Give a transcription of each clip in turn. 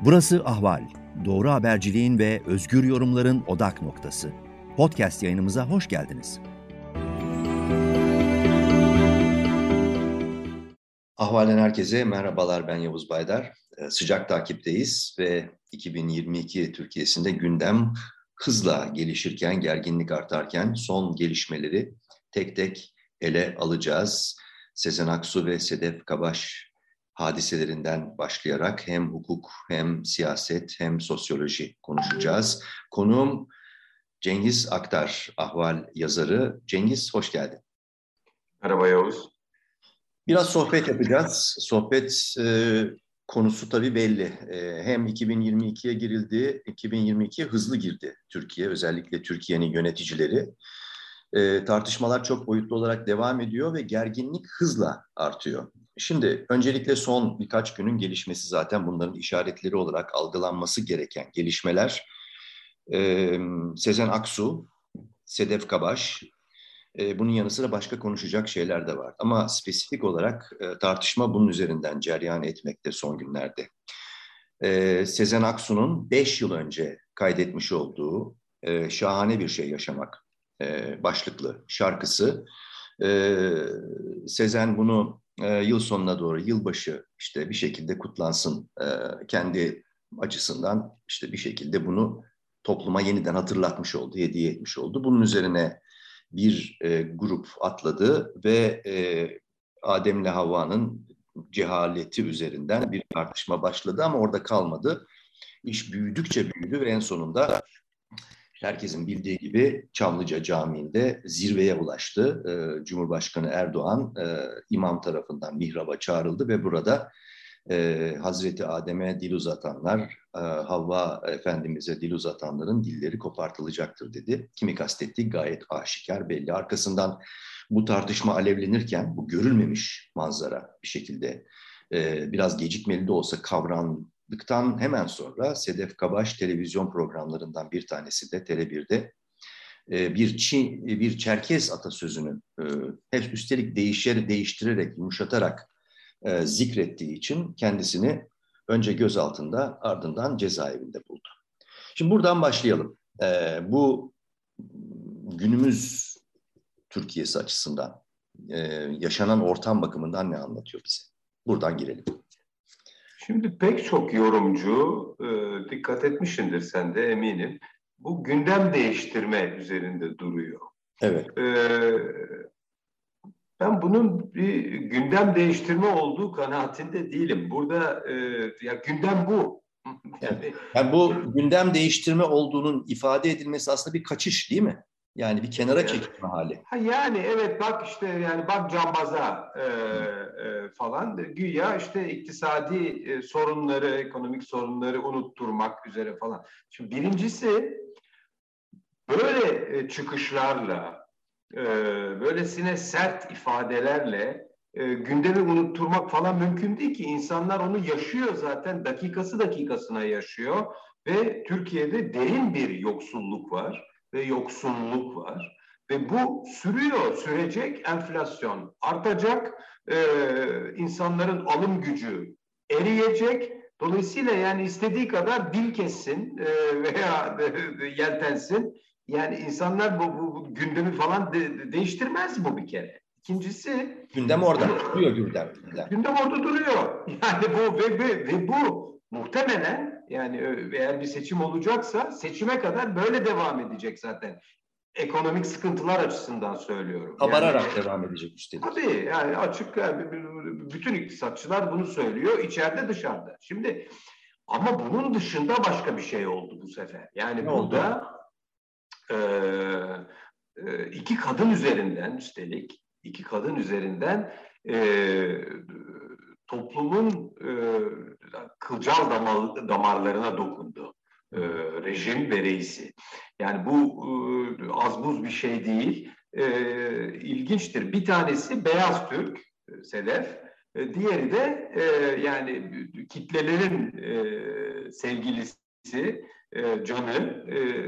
Burası Ahval, doğru haberciliğin ve özgür yorumların odak noktası. Podcast yayınımıza hoş geldiniz. Ahval'den herkese merhabalar, ben Yavuz Baydar. Sıcak takipteyiz ve 2022 Türkiye'sinde gündem hızla gelişirken, gerginlik artarken son gelişmeleri tek tek ele alacağız. Sezen Aksu ve Sedef Kabaş hadiselerinden başlayarak hem hukuk, hem siyaset, hem sosyoloji konuşacağız. Konuğum Cengiz Aktar, Ahval yazarı. Cengiz, hoş geldin. Merhaba Yavuz. Biraz sohbet yapacağız. Sohbet konusu tabii belli. Hem 2022'ye girildi, 2022'ye hızlı girdi Türkiye, özellikle Türkiye'nin yöneticileri. Tartışmalar çok boyutlu olarak devam ediyor ve gerginlik hızla artıyor. Şimdi öncelikle son birkaç günün gelişmesi zaten bunların işaretleri olarak algılanması gereken gelişmeler. Sezen Aksu, Sedef Kabaş, bunun yanı sıra başka konuşacak şeyler de var. Ama spesifik olarak tartışma bunun üzerinden cereyan etmekte son günlerde. Sezen Aksu'nun 5 yıl önce kaydetmiş olduğu Şahane Bir Şey Yaşamak başlıklı şarkısı. Sezen bunu yıl sonuna doğru, yılbaşı işte bir şekilde kutlansın kendi açısından işte bir şekilde bunu topluma yeniden hatırlatmış oldu, hediye etmiş oldu. Bunun üzerine bir grup atladı ve Adem'le Havva'nın cehaleti üzerinden bir tartışma başladı ama orada kalmadı. İş büyüdükçe büyüdü ve en sonunda herkesin bildiği gibi Çamlıca Camii'nde zirveye ulaştı. Cumhurbaşkanı Erdoğan imam tarafından mihraba çağrıldı ve burada Hazreti Adem'e dil uzatanlar, Havva Efendimiz'e dil uzatanların dilleri kopartılacaktır dedi. Kimi kastettiği gayet aşikar, belli. Arkasından bu tartışma alevlenirken bu görülmemiş manzara bir şekilde biraz gecikmeli de olsa kavrandıktan hemen sonra Sedef Kabaş televizyon programlarından bir tanesi de Tele1'de bir Çerkez atasözünü hep üstelik değiştirerek, yumuşatarak zikrettiği için kendisini önce gözaltında ardından cezaevinde buldu. Şimdi buradan başlayalım. Bu günümüz Türkiye'si açısından yaşanan ortam bakımından ne anlatıyor bize? Buradan girelim. Şimdi pek çok yorumcu dikkat etmişsindir sen de eminim. Bu gündem değiştirme üzerinde duruyor. Evet. Ben bunun bir gündem değiştirme olduğu kanaatinde değilim. Burada ya gündem bu. Yani bu gündem değiştirme olduğunun ifade edilmesi aslında bir kaçış değil mi? Yani bir kenara çekilme hali. Yani evet bak işte yani bak cambaza falan güya işte iktisadi sorunları, ekonomik sorunları unutturmak üzere falan. Şimdi birincisi böyle çıkışlarla, böylesine sert ifadelerle gündemi unutturmak falan mümkün değil ki. İnsanlar onu yaşıyor zaten, dakikası dakikasına yaşıyor ve Türkiye'de derin bir yoksulluk var ve yoksunluk var. Ve bu sürüyor, sürecek, enflasyon artacak, insanların alım gücü eriyecek. Dolayısıyla yani istediği kadar dil kessin veya yeltensin. Yani insanlar bu gündemi falan değiştirmez bu bir kere. İkincisi gündem orada duruyor gündem. Gündem orada duruyor. Yani bu ve bu muhtemelen yani eğer bir seçim olacaksa seçime kadar böyle devam edecek zaten. Ekonomik sıkıntılar açısından söylüyorum. Kabararak yani, devam edecek üstelik. Tabii yani açık yani bütün iktisatçılar bunu söylüyor içeride dışarıda. Şimdi ama bunun dışında başka bir şey oldu bu sefer. Yani ne burada iki kadın üzerinden üstelik iki kadın üzerinden toplumun kılcal damarlarına dokundu. Rejim ve reisi. Yani bu az buz bir şey değil. İlginçtir. Bir tanesi Beyaz Türk, Sedef. Diğeri de yani kitlelerin sevgilisi, canı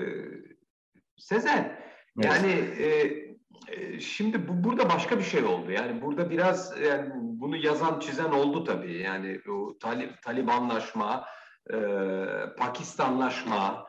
Sezen. Yani şimdi burada başka bir şey oldu. Yani burada biraz yani bunu yazan çizen oldu tabii. Yani o Talibanlaşma, Pakistanlaşma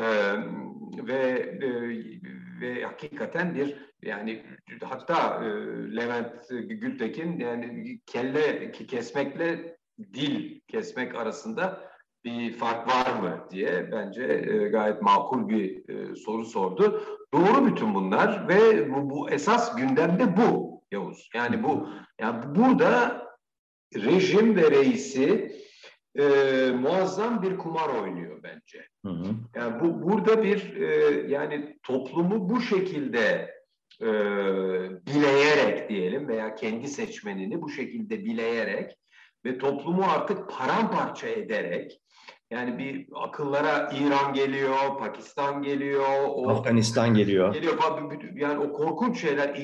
ve hakikaten bir yani hatta Levent Gültekin yani kelle kesmekle dil kesmek arasında bir fark var mı diye bence gayet makul bir soru sordu. Doğru bütün bunlar ve bu esas gündemde bu Yavuz. Yani burada rejim ve reisi muazzam bir kumar oynuyor bence. Hı hı. Yani burada bir yani toplumu bu şekilde bileyerek diyelim veya kendi seçmenini bu şekilde bileyerek ve toplumu artık paramparça ederek yani bir akıllara İran geliyor, Pakistan geliyor, Afganistan geliyor. yani o korkunç şeyler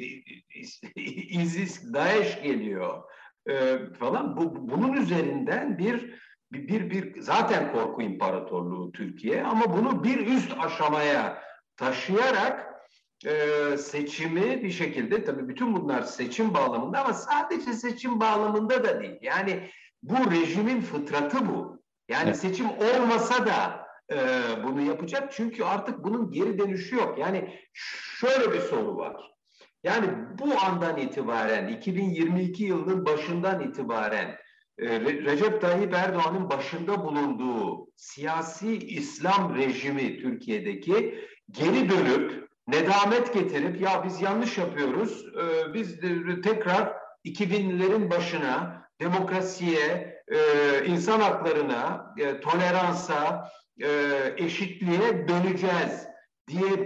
ISIS, DAEŞ geliyor falan. Bunun üzerinden bir zaten korku imparatorluğu Türkiye ama bunu bir üst aşamaya taşıyarak seçimi bir şekilde tabii bütün bunlar seçim bağlamında ama sadece seçim bağlamında da değil. Yani bu rejimin fıtratı bu. Yani Evet. seçim olmasa da bunu yapacak çünkü artık bunun geri dönüşü yok. Yani şöyle bir soru var. Yani bu andan itibaren 2022 yılının başından itibaren Recep Tayyip Erdoğan'ın başında bulunduğu siyasi İslam rejimi Türkiye'deki geri dönüp nedamet getirip ya biz yanlış yapıyoruz biz tekrar 2000'lerin başına demokrasiye, insan haklarına, toleransa, eşitliğe döneceğiz diye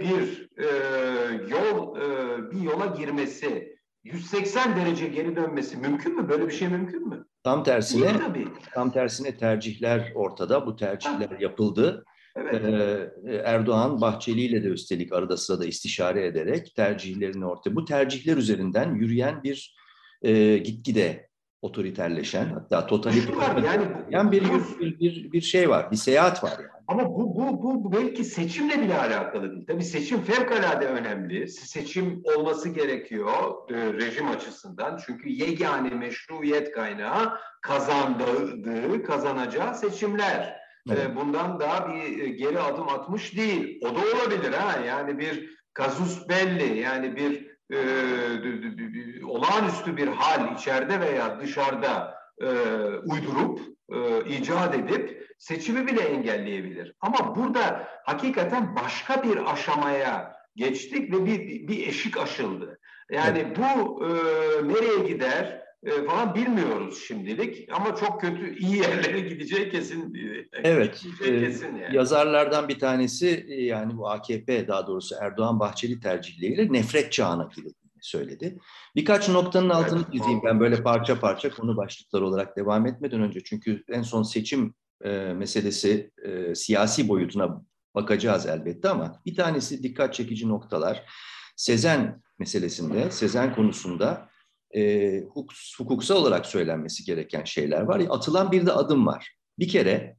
bir yola girmesi, 180 derece geri dönmesi mümkün mü? Böyle bir şey mümkün mü? Tam Değil tersine, tabii. tam tersine tercihler ortada. Bu Ha, tercihler yapıldı. evet. Erdoğan Bahçeli ile de üstelik arada sırada istişare ederek tercihlerini ortaya. Bu tercihler üzerinden yürüyen bir gitgide otoriterleşen, hatta Şu var totaliter yani bir şey var, bir seyahat var yani. ama bu belki seçimle bile alakalı değil. Tabii seçim fevkalade önemli. Seçim olması gerekiyor rejim açısından. Çünkü yegane meşruiyet kaynağı kazanacağı seçimler. Evet. Bundan daha bir geri adım atmış değil. O da olabilir ha. Yani bir casus belli yani bir olağanüstü bir hal içeride veya dışarıda uydurup icat edip seçimi bile engelleyebilir. Ama burada hakikaten başka bir aşamaya geçtik ve bir eşik aşıldı. Evet. Yani bu nereye gider falan bilmiyoruz şimdilik ama çok kötü iyi yerlere gideceği kesin. Evet, Gitmeyeceği kesin yani. yazarlardan bir tanesi yani bu AKP, daha doğrusu Erdoğan Bahçeli tercihleriyle nefret çağına girildiğini söyledi. Birkaç noktanın Evet, altını çizeyim ben böyle parça parça konu başlıkları olarak devam etmeden önce. Çünkü en son seçim meselesi siyasi boyutuna bakacağız elbette ama bir tanesi dikkat çekici noktalar. Sezen meselesinde, Sezen konusunda hukuksal olarak söylenmesi gereken şeyler var. Atılan bir de adım var. Bir kere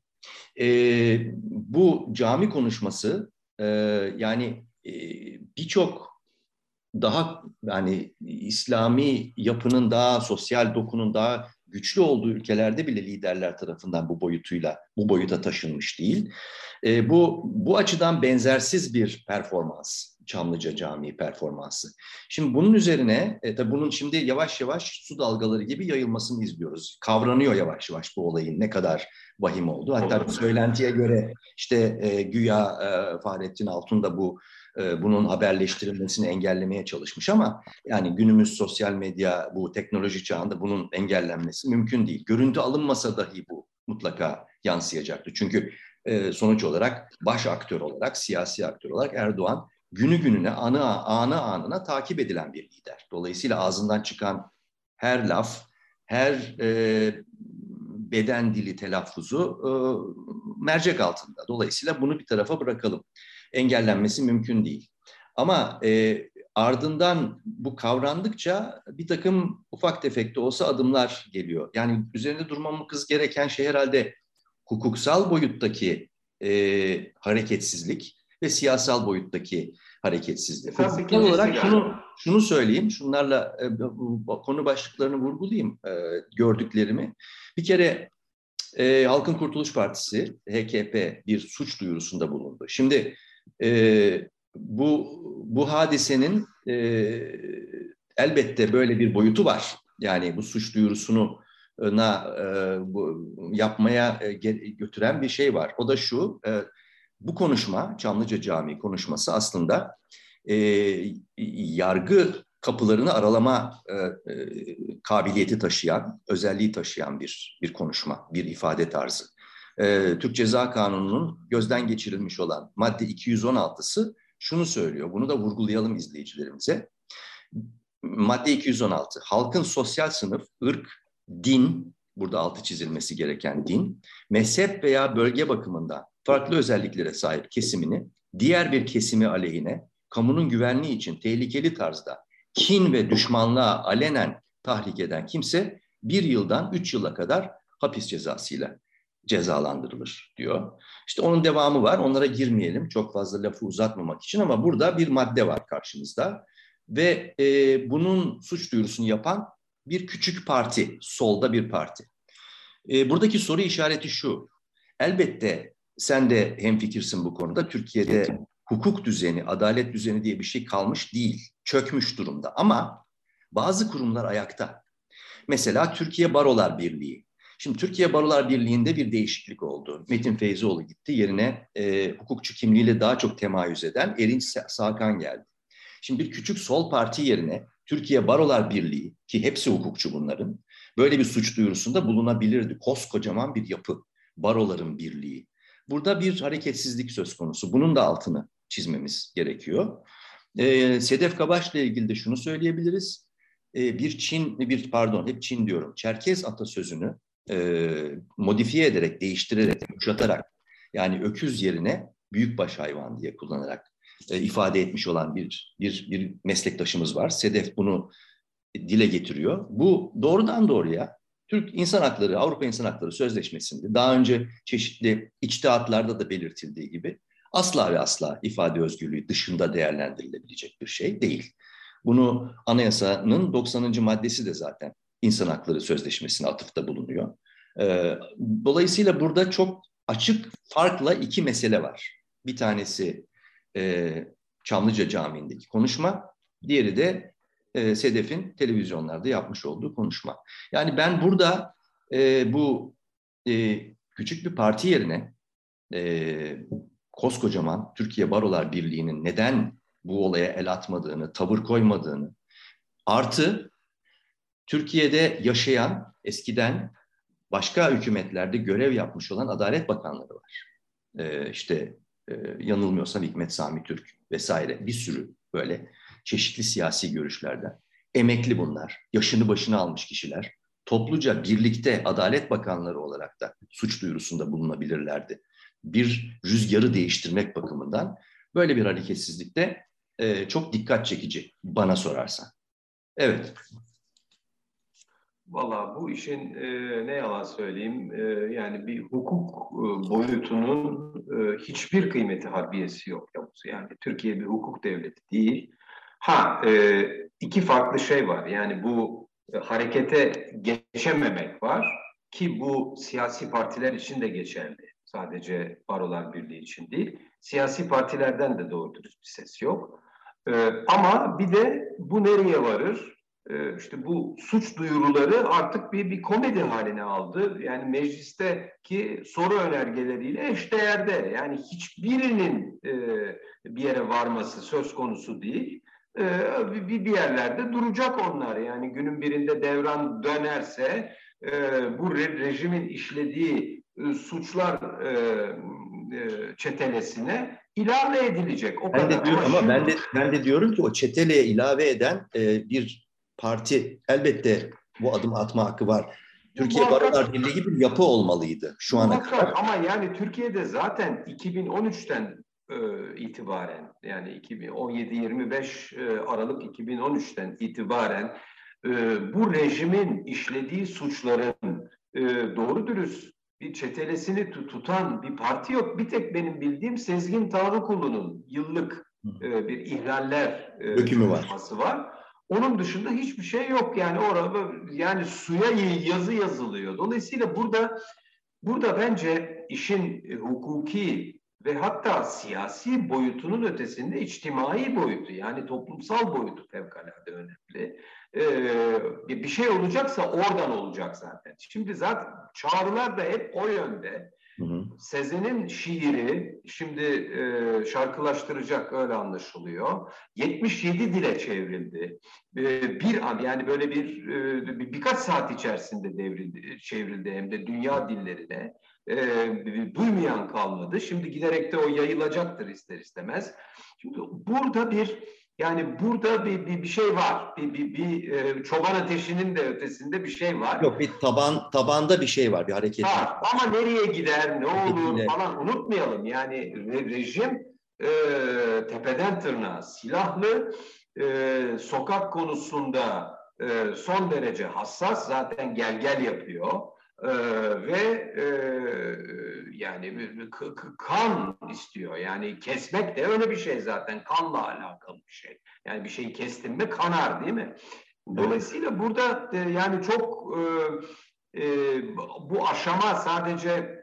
bu cami konuşması yani birçok daha yani İslami yapının daha sosyal dokunun daha güçlü olduğu ülkelerde bile liderler tarafından bu boyuta taşınmış değil. Bu açıdan benzersiz bir performans. Çamlıca Camii performansı. Şimdi bunun üzerine tabii bunun şimdi yavaş yavaş su dalgaları gibi yayılmasını izliyoruz. Kavranıyor yavaş yavaş bu olayın ne kadar vahim oldu. Hatta söylentiye göre işte güya Fahrettin Altun da bunun haberleştirilmesini engellemeye çalışmış ama yani günümüz sosyal medya bu teknoloji çağında bunun engellenmesi mümkün değil. Görüntü alınmasa dahi bu mutlaka yansıyacaktı. Çünkü sonuç olarak baş aktör olarak, siyasi aktör olarak Erdoğan günü gününe, anı anına takip edilen bir lider. Dolayısıyla ağzından çıkan her laf, her beden dili telaffuzu mercek altında. Dolayısıyla bunu bir tarafa bırakalım. Engellenmesi mümkün değil. Ama ardından bu kavrandıkça bir takım ufak tefek de olsa adımlar geliyor. Yani üzerinde durmamız gereken şey herhalde hukuksal boyuttaki hareketsizlik ve siyasal boyuttaki hareketsizlik. Esas Hukuksal ikincisi olarak galiba. şunu söyleyeyim, şunlarla konu başlıklarını vurgulayayım gördüklerimi. Bir kere Halkın Kurtuluş Partisi, HKP bir suç duyurusunda bulundu. Şimdi bu hadisenin elbette böyle bir boyutu var. Yani bu suç duyurusunu yapmaya götüren bir şey var. O da şu, bu konuşma, Çamlıca Camii konuşması aslında yargı kapılarını aralama kabiliyeti taşıyan, özelliği taşıyan bir konuşma, bir ifade tarzı. Türk Ceza Kanunu'nun gözden geçirilmiş olan madde 216'sı şunu söylüyor, bunu da vurgulayalım izleyicilerimize. Madde 216, halkın sosyal sınıf, ırk, din, burada altı çizilmesi gereken din, mezhep veya bölge bakımından farklı özelliklere sahip kesimini diğer bir kesimi aleyhine kamunun güvenliği için tehlikeli tarzda kin ve düşmanlığa alenen tahrik eden kimse 1 yıldan 3 yıla kadar hapis cezasıyla cezalandırılır diyor. İşte onun devamı var. Onlara girmeyelim çok fazla lafı uzatmamak için ama burada bir madde var karşımızda. Ve bunun suç duyurusunu yapan bir küçük parti, solda bir parti. Buradaki soru işareti şu. Elbette sen de hemfikirsin bu konuda. Türkiye'de hukuk düzeni, adalet düzeni diye bir şey kalmış değil. Çökmüş durumda ama bazı kurumlar ayakta. Mesela Türkiye Barolar Birliği. Şimdi Türkiye Barolar Birliği'nde bir değişiklik oldu. Metin Feyzioğlu gitti. Yerine hukukçu kimliğiyle daha çok temayüz eden Erinç Sakan geldi. Şimdi bir küçük sol parti yerine Türkiye Barolar Birliği, ki hepsi hukukçu bunların, böyle bir suç duyurusunda bulunabilirdi. Koskocaman bir yapı, Baroların Birliği. Burada bir hareketsizlik söz konusu. Bunun da altını çizmemiz gerekiyor. Sedef Kabaş'la ilgili de şunu söyleyebiliriz. Hep Çin diyorum, Çerkez atasözünü modifiye ederek, değiştirerek, yumuşatarak, yani öküz yerine büyükbaş hayvan diye kullanarak ifade etmiş olan bir meslektaşımız var. Sedef bunu dile getiriyor. Bu doğrudan doğruya Türk İnsan Hakları, Avrupa İnsan Hakları Sözleşmesi'nde daha önce çeşitli içtihatlarda da belirtildiği gibi asla ve asla ifade özgürlüğü dışında değerlendirilebilecek bir şey değil. Bunu Anayasanın 90. maddesi de zaten İnsan Hakları Sözleşmesi'ne atıfta bulunuyor. Dolayısıyla burada çok açık farkla iki mesele var. Bir tanesi Çamlıca Camii'ndeki konuşma, diğeri de Sedef'in televizyonlarda yapmış olduğu konuşma. Yani ben burada bu küçük bir parti yerine koskocaman Türkiye Barolar Birliği'nin neden bu olaya el atmadığını, tavır koymadığını, artı Türkiye'de yaşayan, eskiden başka hükümetlerde görev yapmış olan Adalet Bakanları var. Yanılmıyorsam Hikmet Sami Türk vesaire, bir sürü böyle çeşitli siyasi görüşlerden. Emekli bunlar, yaşını başına almış kişiler. Topluca birlikte Adalet Bakanları olarak da suç duyurusunda bulunabilirlerdi. Bir rüzgarı değiştirmek bakımından böyle bir hareketsizlik de çok dikkat çekici bana sorarsan. Evet. Valla bu işin ne yalan söyleyeyim yani bir hukuk boyutunun hiçbir kıymeti harbiyesi yok Yavuz. Yani Türkiye bir hukuk devleti değil. İki farklı şey var. Yani bu harekete geçememek var ki bu siyasi partiler için de geçerli. Sadece Barolar Birliği için değil. Siyasi partilerden de doğru dürüst bir ses yok. Ama bir de bu nereye varır? İşte bu suç duyuruları artık bir komedi haline aldı. Yani meclisteki soru önergeleriyle eşdeğerde. Yani hiçbirinin bir yere varması söz konusu değil. Bir yerlerde duracak onlar. Yani günün birinde devran dönerse bu rejimin işlediği suçlar çetelesine ilave edilecek. O Ben kadar. de diyorum, ama ben de diyorum ki o çeteleye ilave eden bir parti elbette bu adımı atma hakkı var. Türkiye Barolar Birliği gibi bir yapı olmalıydı şu ana kadar. Ama yani Türkiye'de zaten 2013'ten itibaren, yani 17-25 Aralık 2013'ten itibaren bu rejimin işlediği suçların doğru dürüst bir çetelesini tutan bir parti yok. Bir tek benim bildiğim Sezgin Tanrıkulu'nun yıllık bir ihlaller çalışması var. Onun dışında hiçbir şey yok. Yani orada yani suya yazı yazılıyor. Dolayısıyla burada Burada bence işin hukuki ve hatta siyasi boyutunun ötesinde içtimai boyutu, yani toplumsal boyutu fevkalade önemli. Bir şey olacaksa oradan olacak zaten. Şimdi zaten çağrılar da hep o yönde. Hı hı. Sezen'in şiiri şimdi şarkılaştıracak, öyle anlaşılıyor. 77 dile çevrildi. Bir an, yani böyle birkaç saat içerisinde çevrildi, hem de dünya dillerine. Duymayan kalmadı. Şimdi giderek de o yayılacaktır ister istemez. Şimdi burada bir şey var. Çoban ateşinin de ötesinde bir şey var. Yok, bir tabanda bir şey var, bir hareket var. Ama nereye gider, ne olur Hareketiyle. falan unutmayalım. Yani rejim tepeden tırnağa silahlı, sokak konusunda son derece hassas, zaten gel yapıyor. Ve yani kan istiyor. Yani kesmek de öyle bir şey zaten. Kanla alakalı bir şey. Yani bir şeyi kestin mi kanar, değil mi? Dolayısıyla burada yani çok bu aşama sadece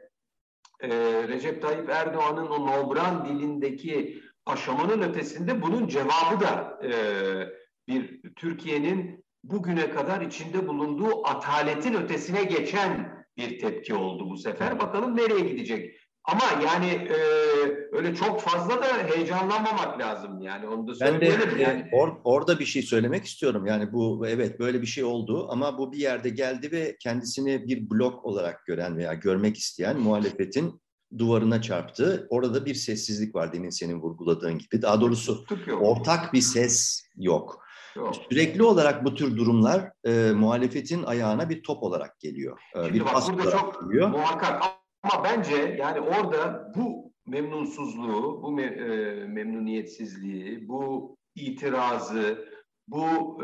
Recep Tayyip Erdoğan'ın o nobran dilindeki aşamanın ötesinde, bunun cevabı da bir Türkiye'nin bugüne kadar içinde bulunduğu ataletin ötesine geçen bir tepki oldu bu sefer. Bakalım nereye gidecek? Ama yani öyle çok fazla da heyecanlanmamak lazım, yani onu da Ben de söyleyelim. Yani. orada bir şey söylemek istiyorum. Yani bu, evet, böyle bir şey oldu ama bu bir yerde geldi ve kendisini bir blok olarak gören veya görmek isteyen muhalefetin duvarına çarptı. Orada bir sessizlik var, demin senin vurguladığın gibi. Daha doğrusu ortak bir ses yok. Sürekli olarak bu tür durumlar muhalefetin ayağına bir top olarak geliyor. Şimdi bir bak, burada çok geliyor. muhakkak, ama bence yani orada bu memnunsuzluğu, bu memnuniyetsizliği, bu itirazı, bu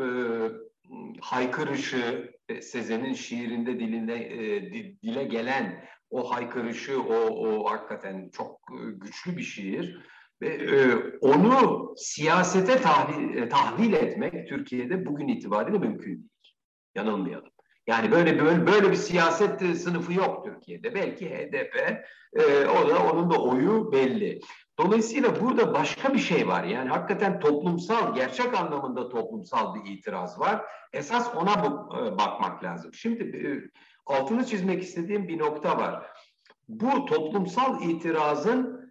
haykırışı, Sezen'in şiirinde dile gelen o haykırışı, o hakikaten çok güçlü bir şiir. Ve onu siyasete tahvil etmek Türkiye'de bugün itibariyle mümkün değil. Yanılmayalım. Yani böyle bir siyaset sınıfı yok Türkiye'de. Belki HDP, onun da oyu belli. Dolayısıyla burada başka bir şey var. Yani hakikaten toplumsal, gerçek anlamında toplumsal bir itiraz var. Esas ona bakmak lazım. Şimdi altını çizmek istediğim bir nokta var. Bu toplumsal itirazın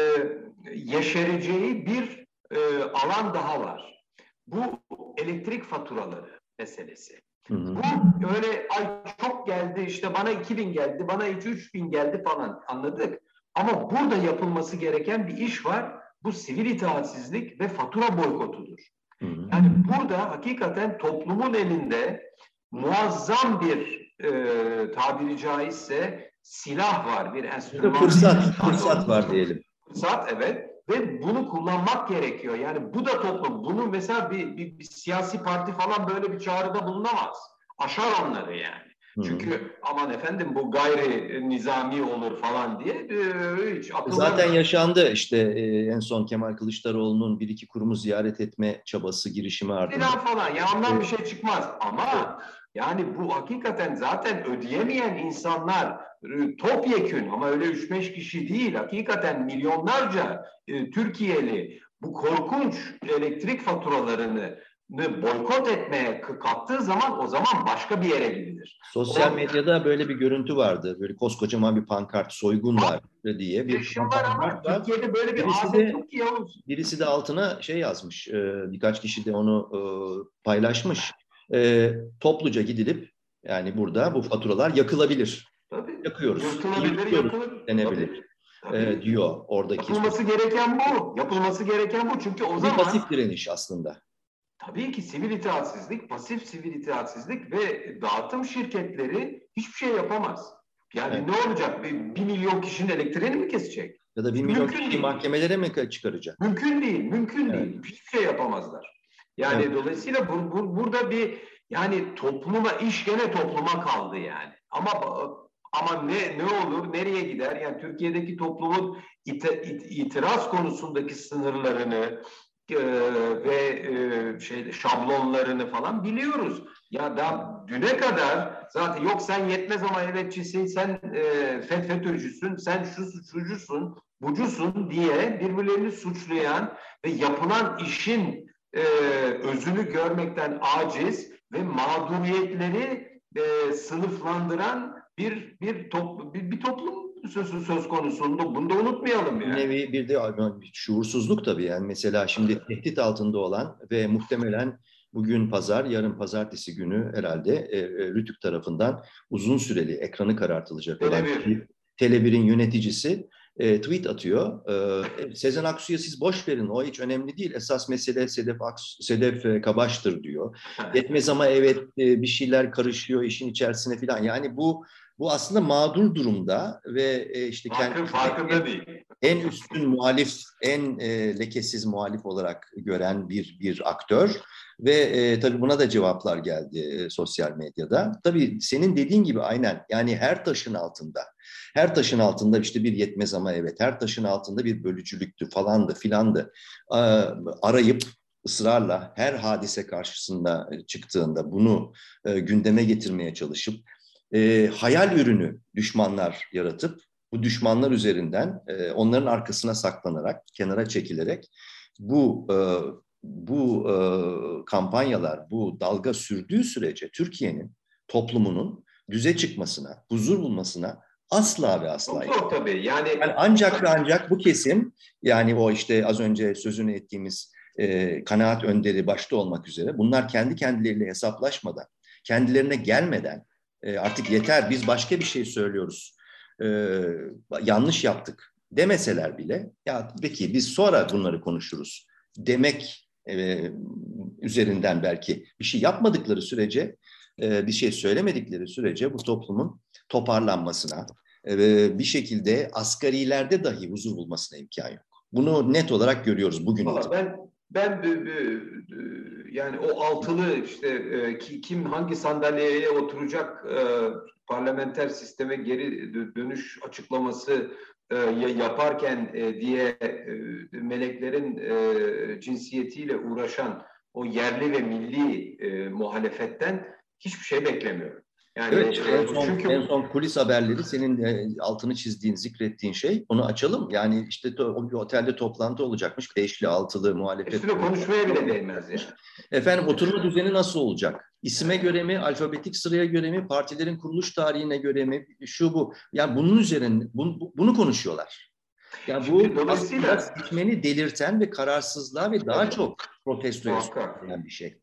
yeşereceği bir alan daha var. Bu elektrik faturaları meselesi. Bu öyle, ay çok geldi, işte bana 2.000 geldi, bana 3.000 geldi falan, anladık. Ama burada yapılması gereken bir iş var. Bu sivil itaatsizlik ve fatura boykotudur. Yani burada hakikaten toplumun elinde muazzam bir tabiri caizse silah var, bir enstrüman. Fırsat var diyelim. Fırsat, evet. Ve bunu kullanmak gerekiyor. Yani bu da toplum. Bunu mesela bir siyasi parti falan böyle bir çağrıda bulunamaz. Aşar onları yani. Çünkü aman efendim bu gayri nizami olur falan diye hiç akıllarına... Zaten yaşandı işte, en son Kemal Kılıçdaroğlu'nun bir iki kurumu ziyaret etme çabası, girişimi ardından. Falan ya, ondan bir şey çıkmaz. Ama yani bu hakikaten zaten ödeyemeyen insanlar topyekün, ama öyle 3-5 kişi değil, hakikaten milyonlarca Türkiye'li bu korkunç elektrik faturalarını boykot etmeye kalktığı zaman, o zaman başka bir yere gidilir. Sosyal medyada böyle bir görüntü vardı. Böyle koskocaman bir pankart, soygun var diye bir pankart var. Türkiye'de böyle bir afet yok ki Yavuz. Birisi de altına şey yazmış. Birkaç kişi de onu paylaşmış. Topluca gidilip, yani burada bu faturalar yakılabilir. Tabii. Yakıyoruz. Yakılır. Denebilir. Tabii. Diyor oradaki. Yapılması gereken bu. Çünkü o zaman... pasif direniş aslında. Tabii ki sivil itaatsizlik, pasif sivil itaatsizlik ve dağıtım şirketleri hiçbir şey yapamaz. Yani ne olacak? 1 milyon kişinin elektriğini mi kesecek? Ya da 1 milyon kişi mahkemelere mi çıkaracak? Mümkün değil. Hiçbir şey yapamazlar. Yani dolayısıyla burada yani iş gene topluma kaldı yani. Ama ne olur, nereye gider? Yani Türkiye'deki toplumun itiraz konusundaki sınırlarını, şablonlarını falan biliyoruz. Ya da düne kadar zaten yok sen yetmez ama evetçisin, sen FETÖ'cüsün, sen şucusun, bucusun diye birbirlerini suçlayan ve yapılan işin özünü görmekten aciz ve mağduriyetleri sınıflandıran bir toplum söz konusunda. Bunu da unutmayalım Bir yani. nevi bir de şuursuzluk tabii, yani mesela şimdi tehdit altında olan ve muhtemelen bugün pazar, yarın pazartesi günü herhalde Rütük tarafından uzun süreli ekranı karartılacak olan Tele1. Tele1'in yöneticisi tweet atıyor. Sezen Aksu'ya siz boş verin, o hiç önemli değil. Esas mesele Sedef Kabaş'tır diyor. Yetmez ama evet, bir şeyler karışıyor işin içerisine falan. Yani bu aslında mağdur durumda ve işte Farkında değil. en üstün muhalif, en lekesiz muhalif olarak gören bir aktör ve tabii buna da cevaplar geldi sosyal medyada. Tabii senin dediğin gibi aynen, yani her taşın altında işte bir yetmez ama evet, her taşın altında bir bölücülüktü falandı filandı. Arayıp ısrarla her hadise karşısında çıktığında bunu gündeme getirmeye çalışıp hayal ürünü düşmanlar yaratıp bu düşmanlar üzerinden onların arkasına saklanarak, kenara çekilerek bu kampanyalar, bu dalga sürdüğü sürece Türkiye'nin toplumunun düze çıkmasına, huzur bulmasına asla ve asla Çok zor tabii. yani ancak ve ancak bu kesim, yani o işte az önce sözünü ettiğimiz kanaat önderi başta olmak üzere, bunlar kendi kendileriyle hesaplaşmadan, kendilerine gelmeden artık yeter biz başka bir şey söylüyoruz, yanlış yaptık demeseler bile, ya peki biz sonra bunları konuşuruz demek üzerinden belki bir şey yapmadıkları sürece, bir şey söylemedikleri sürece bu toplumun toparlanmasına, bir şekilde asgarilerde dahi huzur bulmasına imkan yok. Bunu net olarak görüyoruz bugün Valla itibariyle. ben yani o altılı işte kim hangi sandalyeye oturacak parlamenter sisteme geri dönüş açıklaması yaparken diye meleklerin cinsiyetiyle uğraşan o yerli ve milli muhalefetten hiçbir şey beklemiyorum. Yani Evet, en çünkü son kulis haberleri, senin altını çizdiğin, zikrettiğin şey. Onu açalım. Yani işte bir otelde toplantı olacakmış. Beşli, altılı muhalefet üstüne grubu. konuşmaya bile değmez yani. Efendim, oturma düzeni nasıl olacak? İsime göre mi, alfabetik sıraya göre mi, partilerin kuruluş tarihine göre mi, şu bu. Yani bunun üzerine bunu konuşuyorlar. Yani Şimdi bu aslında dolayısıyla seçmeni delirten ve kararsızlığa ve daha evet, çok protestoya muhakkak. sürükleyen bir şey.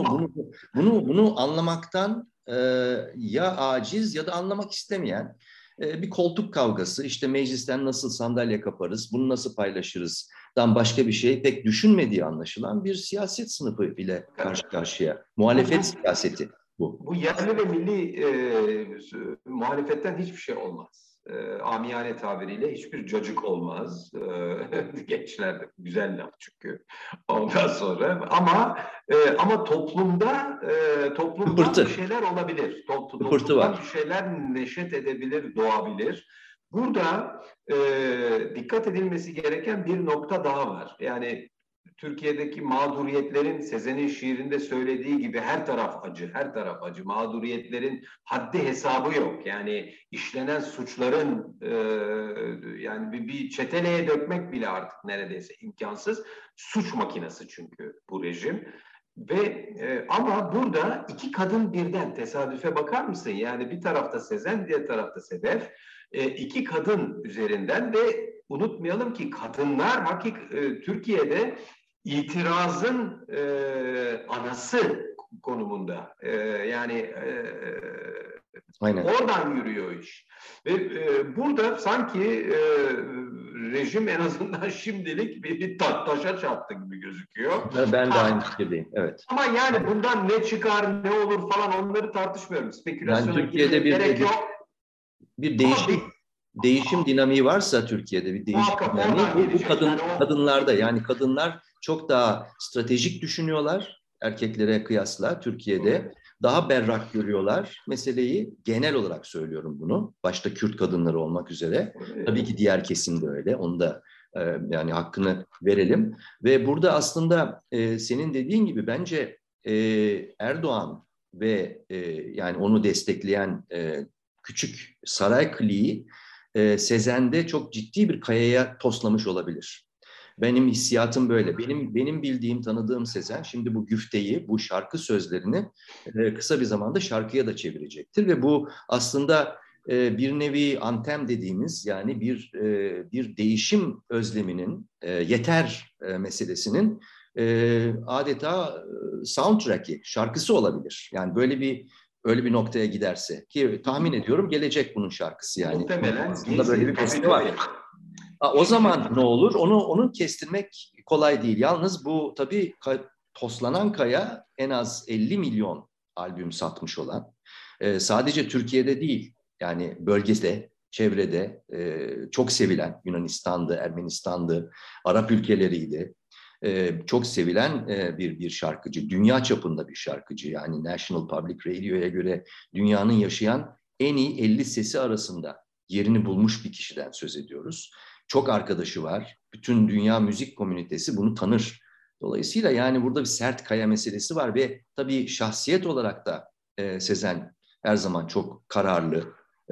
Bunu anlamaktan ya aciz ya da anlamak istemeyen bir koltuk kavgası, işte meclisten nasıl sandalye kaparız, bunu nasıl paylaşırızdan başka bir şey pek düşünmediği anlaşılan bir siyaset sınıfı ile karşı karşıya. Bu, Muhalefet bu, siyaseti bu. bu yerli ve milli muhalefetten hiçbir şey olmaz. Amiyane tabiriyle hiçbir cacık olmaz. Gençler güzel laf çünkü. Ondan sonra ama toplumdan bir Kıpırtı, şeyler olabilir. kıpırtı Toplumdan bir var. şeyler neşet edebilir, doğabilir. Burada dikkat edilmesi gereken bir nokta daha var. Yani Türkiye'deki mağduriyetlerin Sezen'in şiirinde söylediği gibi her taraf acı, her taraf acı. Mağduriyetlerin haddi hesabı yok. Yani işlenen suçların yani bir çeteleye dökmek bile artık neredeyse imkansız. Suç makinesi çünkü bu rejim. Ve ama burada iki kadın birden, tesadüfe bakar mısın? Yani bir tarafta Sezen, diğer tarafta Sedef. İki kadın üzerinden ve unutmayalım ki kadınlar Türkiye'de itirazın anası konumunda. Aynen. Oradan yürüyor iş. Ve burada sanki rejim en azından şimdilik bir taşa çarptı gibi gözüküyor. Ben de aynı Ha, fikirdeyim. Evet. ama yani bundan ne çıkar, ne olur falan onları tartışmıyorum. Yani Spekülasyona girmeye Türkiye'de gerek yok. bir Ama değişim dinamiği varsa, Türkiye'de bir değişim muhakkak dinamiği oradan bu gelecek. Yani kadınlarda, yani kadınlar çok daha stratejik düşünüyorlar erkeklere kıyasla Türkiye'de. Daha berrak görüyorlar meseleyi. Genel olarak söylüyorum bunu. Başta Kürt kadınları olmak üzere. Tabii ki diğer kesim de öyle. Onu da Yani hakkını verelim. Ve burada aslında senin dediğin gibi bence Erdoğan ve yani onu destekleyen küçük saray kliği Sezen'de çok ciddi bir kayaya toslamış olabilir. Benim hissiyatım böyle. Benim bildiğim, tanıdığım Sezen şimdi bu güfteyi, bu şarkı sözlerini kısa bir zamanda şarkıya da çevirecektir ve bu aslında bir nevi antem dediğimiz yani bir değişim özleminin, yeter meselesinin adeta soundtrack'i, şarkısı olabilir. Yani öyle bir noktaya giderse ki tahmin ediyorum gelecek bunun şarkısı yani. Muhtemelen Aslında böyle bir tabii beste var. tabii. O zaman ne olur? Onu kestirmek kolay değil. Yalnız bu tabii toslanan kaya en az 50 milyon albüm satmış olan. Sadece Türkiye'de değil, yani bölgede, çevrede çok sevilen Yunanistan'dı, Ermenistan'dı, Arap ülkeleriydi. Çok sevilen bir şarkıcı, dünya çapında bir şarkıcı. Yani National Public Radio'ya göre dünyanın yaşayan en iyi 50 sesi arasında yerini bulmuş bir kişiden söz ediyoruz. Çok arkadaşı var. Bütün dünya müzik komünitesi bunu tanır. Dolayısıyla yani burada bir sert kaya meselesi var ve tabii şahsiyet olarak da Sezen her zaman çok kararlı,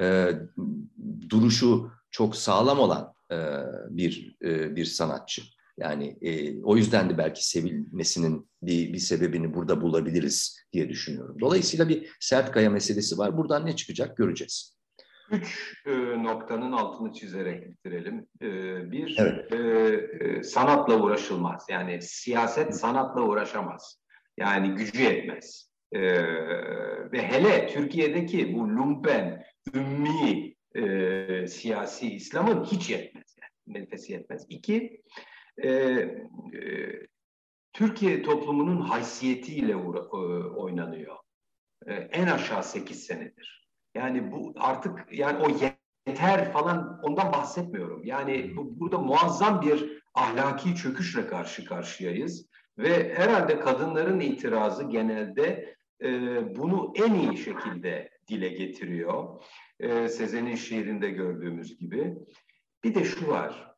duruşu çok sağlam olan bir sanatçı. Yani o yüzden de belki sevilmesinin bir sebebini burada bulabiliriz diye düşünüyorum. Dolayısıyla bir sert kaya meselesi var. Buradan ne çıkacak göreceğiz. Üç noktanın altını çizerek bitirelim. Bir, Evet. sanatla uğraşılmaz. Yani siyaset sanatla uğraşamaz. Yani gücü yetmez. Ve hele Türkiye'deki bu lumpen, ümmi siyasi İslam'ın hiç yetmez. Yani menfesi yetmez. İki, e, e, Türkiye toplumunun haysiyetiyle oynanıyor. En aşağı 8 senedir. Yani bu artık yani o yeter falan ondan bahsetmiyorum. Yani burada muazzam bir ahlaki çöküşle karşı karşıyayız. Ve herhalde kadınların itirazı genelde bunu en iyi şekilde dile getiriyor. Sezen'in şiirinde gördüğümüz gibi. Bir de şu var.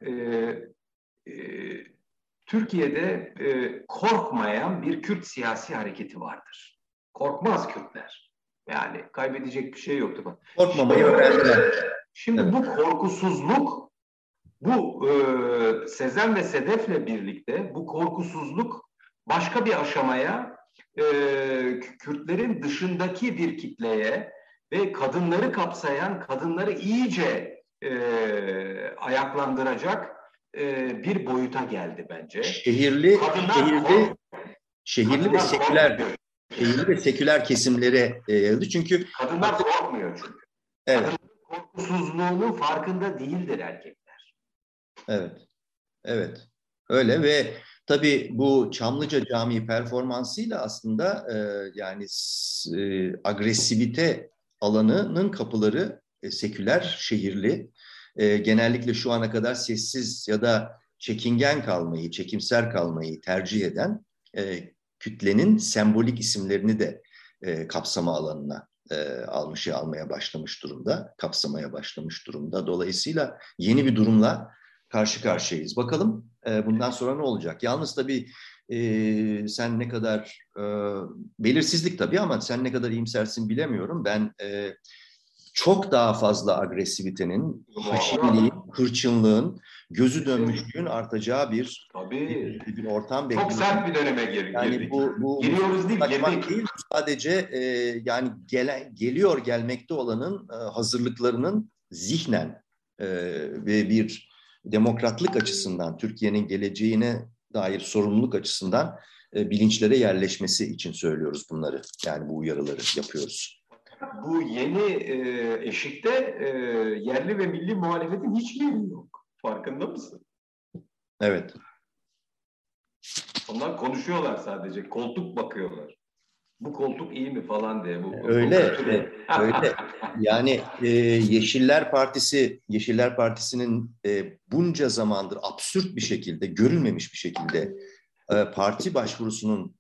Türkiye'de korkmayan bir Kürt siyasi hareketi vardır. Korkmaz Kürtler. Yani kaybedecek bir şey yoktu. Korkmamayı öğrendiler. Şimdi Evet. bu korkusuzluk, bu Sezen ve Sedef'le birlikte bu korkusuzluk başka bir aşamaya Kürtlerin dışındaki bir kitleye ve kadınları kapsayan, kadınları iyice ayaklandıracak bir boyuta geldi bence. Şehirli ve seküler kesimlere yayıldı. Çünkü kadınlar korkmuyor çünkü. evet. Kadınların korkusuzluğunun farkında değildir erkekler. Evet. Evet. Öyle ve tabii bu Çamlıca Camii performansıyla aslında yani agresivite alanının kapıları seküler, şehirli. Genellikle şu ana kadar sessiz ya da çekingen kalmayı, çekimser kalmayı tercih eden kütlenin sembolik isimlerini de kapsama alanına almaya başlamış durumda, kapsamaya başlamış durumda. Dolayısıyla yeni bir durumla karşı karşıyayız. Bakalım bundan sonra ne olacak? Yalnız tabii sen ne kadar belirsizlik tabii ama sen ne kadar iyimsersin bilemiyorum. Ben çok daha fazla agresivitenin, haşinliğin, hırçınlığın, gözü dönmüşlüğün artacağı bir ortam bekliyorum. Çok sert bir döneme girdik. Yani bu giriyoruz değil. Sadece yani gelmekte olanın hazırlıklarının zihnen ve bir demokratlık açısından, Türkiye'nin geleceğine dair sorumluluk açısından bilinçlere yerleşmesi için söylüyoruz bunları. Yani bu uyarıları yapıyoruz. Bu yeni eşikte yerli ve milli muhalefetin hiçbir yeri yok. Farkında mısın? Evet. Onlar konuşuyorlar sadece. Koltuk bakıyorlar. Bu koltuk iyi mi falan diye. Öyle. Yani Yeşiller Partisi'nin bunca zamandır absürt bir şekilde, görülmemiş bir şekilde parti başvurusunun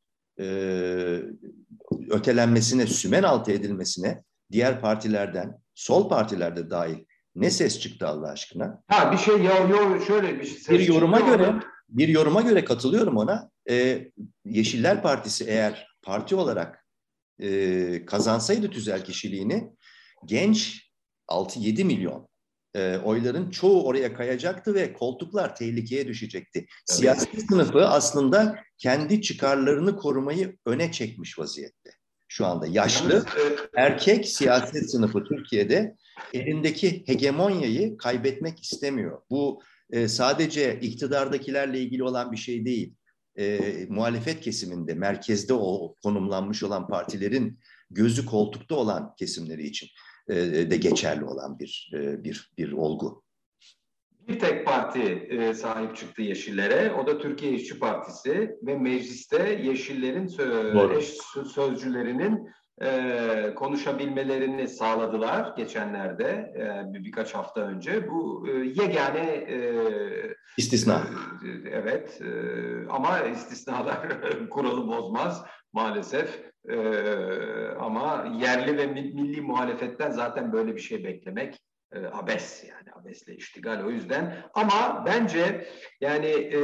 ötelenmesine, sümen altı edilmesine diğer partilerden, sol partilerde dahil Ne ses çıktı Allah aşkına? Ha bir şey ya şöyle bir Bir ses yoruma çıktı göre onu. bir yoruma göre katılıyorum ona. Yeşiller Partisi eğer parti olarak kazansaydı tüzel kişiliğini, genç 6-7 milyon oyların çoğu oraya kayacaktı ve koltuklar tehlikeye düşecekti. Tabii. Siyasi sınıfı aslında kendi çıkarlarını korumayı öne çekmiş vaziyette. Şu anda yaşlı Yalnız erkek siyaset sınıfı Türkiye'de elindeki hegemonyayı kaybetmek istemiyor. Bu sadece iktidardakilerle ilgili olan bir şey değil. Muhalefet kesiminde, merkezde o konumlanmış olan partilerin gözü koltukta olan kesimleri için de geçerli olan bir olgu. bir tek parti sahip çıktı Yeşillere. O da Türkiye İşçi Partisi ve mecliste Yeşillerin Doğru. eş sözcülerinin konuşabilmelerini sağladılar geçenlerde birkaç hafta önce. Bu yegane İstisna. evet ama istisnalar kuralı bozmaz maalesef. Ama yerli ve milli muhalefetten zaten böyle bir şey beklemek abes, yani abesle iştigal, o yüzden. Ama bence yani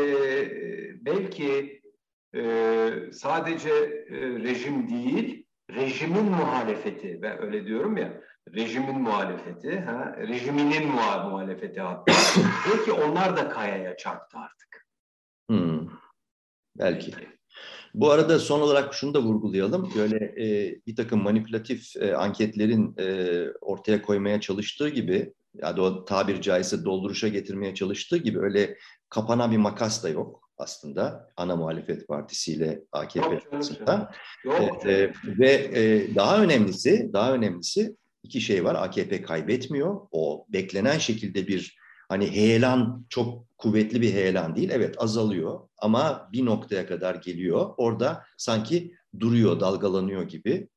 belki sadece rejim değil, rejimin muhalefeti, ben öyle diyorum ya, rejimin muhalefeti, rejiminin muhalefeti hatta, belki onlar da kayaya çarptı artık. Belki. Bu arada son olarak şunu da vurgulayalım. Böyle bir takım manipülatif anketlerin ortaya koymaya çalıştığı gibi, ya da o tabiri caizse dolduruşa getirmeye çalıştığı gibi öyle kapanan bir makas da yok aslında ana muhalefet partisiyle AKP Yok canım, arasında. yok canım. Ve daha önemlisi iki şey var. AKP kaybetmiyor. O beklenen şekilde bir hani heyelan, çok kuvvetli bir heyelan değil. Evet, azalıyor ama bir noktaya kadar geliyor. Orada sanki duruyor, dalgalanıyor gibi.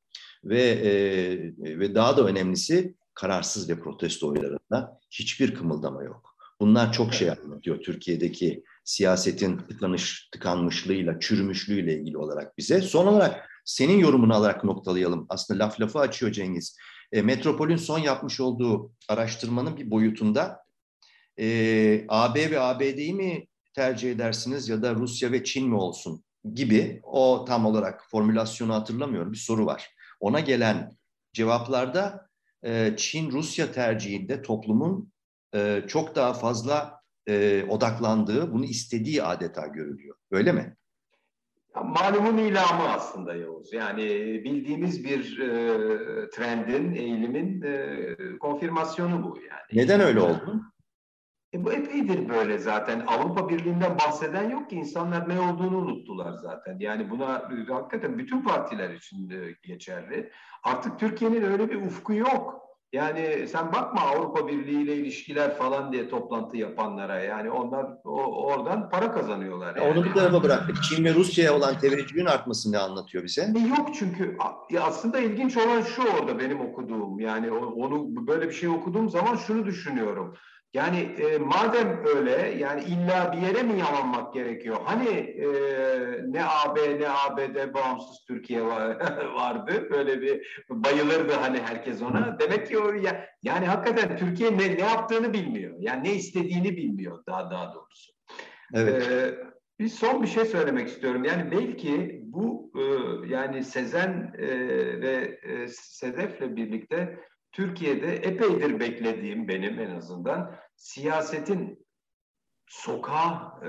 Ve daha da önemlisi kararsız ve protesto oylarında hiçbir kımıldama yok. Bunlar çok şey anlatıyor Türkiye'deki siyasetin tıkanmışlığıyla, çürümüşlüğüyle ilgili olarak bize. Son olarak senin yorumunu alarak noktalayalım. Aslında lafı açıyor Cengiz. Metropol'ün son yapmış olduğu araştırmanın bir boyutunda AB ve ABD'yi mi tercih edersiniz ya da Rusya ve Çin mi olsun gibi, o tam olarak formülasyonu hatırlamıyorum, bir soru var. Ona gelen cevaplarda Çin-Rusya tercihinde toplumun çok daha fazla odaklandığı, bunu istediği adeta görülüyor. Öyle mi? Malumun ilamı aslında Yavuz. Yani bildiğimiz bir trendin, eğilimin konfirmasyonu bu yani. Neden öyle İnsanlar oldu? bu epeydir böyle zaten. Avrupa Birliği'nden bahseden yok ki, insanlar ne olduğunu unuttular zaten. Yani buna hakikaten bütün partiler için geçerli. Artık Türkiye'nin öyle bir ufku yok. Yani sen bakma Avrupa Birliği ile ilişkiler falan diye toplantı yapanlara. Yani onlar oradan para kazanıyorlar Onu yani. bir tarafa bıraktık. Çin ve Rusya'ya olan teveccühün artması ne anlatıyor bize? Yok çünkü ya aslında ilginç olan şu, orada benim okuduğum, yani onu böyle bir şey okuduğum zaman şunu düşünüyorum. Yani madem öyle, yani illa bir yere mi yamanmak gerekiyor? Hani ne AB ne ABD bağımsız Türkiye vardı. Böyle bir bayılırdı hani herkes ona. Demek ki o yani hakikaten Türkiye ne yaptığını bilmiyor. Yani ne istediğini bilmiyor daha doğrusu. Evet. Bir şey söylemek istiyorum. Yani belki bu yani Sezen ve Sedef'le birlikte Türkiye'de epeydir beklediğim, benim en azından, siyasetin sokağa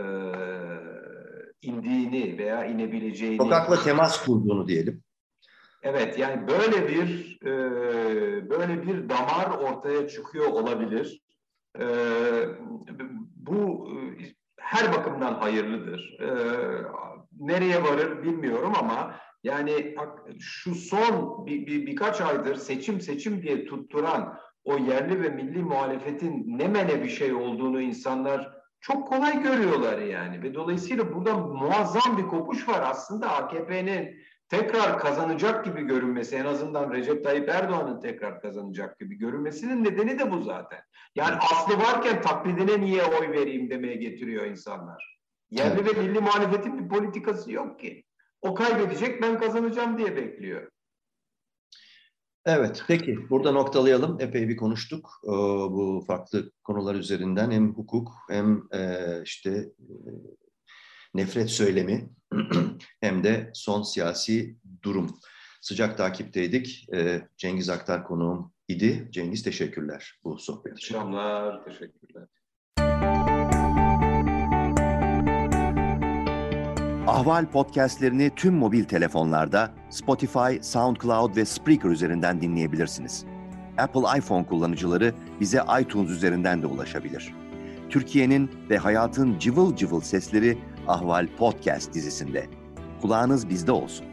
indiğini veya inebileceğini. Sokakla temas kurduğunu diyelim. Evet, yani böyle bir damar ortaya çıkıyor olabilir. E, Bu her bakımdan hayırlıdır. Nereye varır bilmiyorum ama yani şu son birkaç aydır seçim diye tutturan o yerli ve milli muhalefetin ne mene bir şey olduğunu insanlar çok kolay görüyorlar yani. Ve dolayısıyla burada muazzam bir kopuş var. Aslında AKP'nin tekrar kazanacak gibi görünmesi, en azından Recep Tayyip Erdoğan'ın tekrar kazanacak gibi görünmesinin nedeni de bu zaten. Yani aslı varken taklidine niye oy vereyim demeye getiriyor insanlar. Yerli Evet. ve milli muhalefetin bir politikası yok ki. O kaybedecek, ben kazanacağım diye bekliyor. Evet, peki burada noktalayalım. Epey bir konuştuk bu farklı konular üzerinden. Hem hukuk hem nefret söylemi hem de son siyasi durum. Sıcak takipteydik. Cengiz Aktar konuğum idi. Cengiz, teşekkürler bu sohbet için. Akşamlar, teşekkürler. Ahval podcastlerini tüm mobil telefonlarda Spotify, SoundCloud ve Spreaker üzerinden dinleyebilirsiniz. Apple iPhone kullanıcıları bize iTunes üzerinden de ulaşabilir. Türkiye'nin ve hayatın cıvıl cıvıl sesleri Ahval Podcast dizisinde. Kulağınız bizde olsun.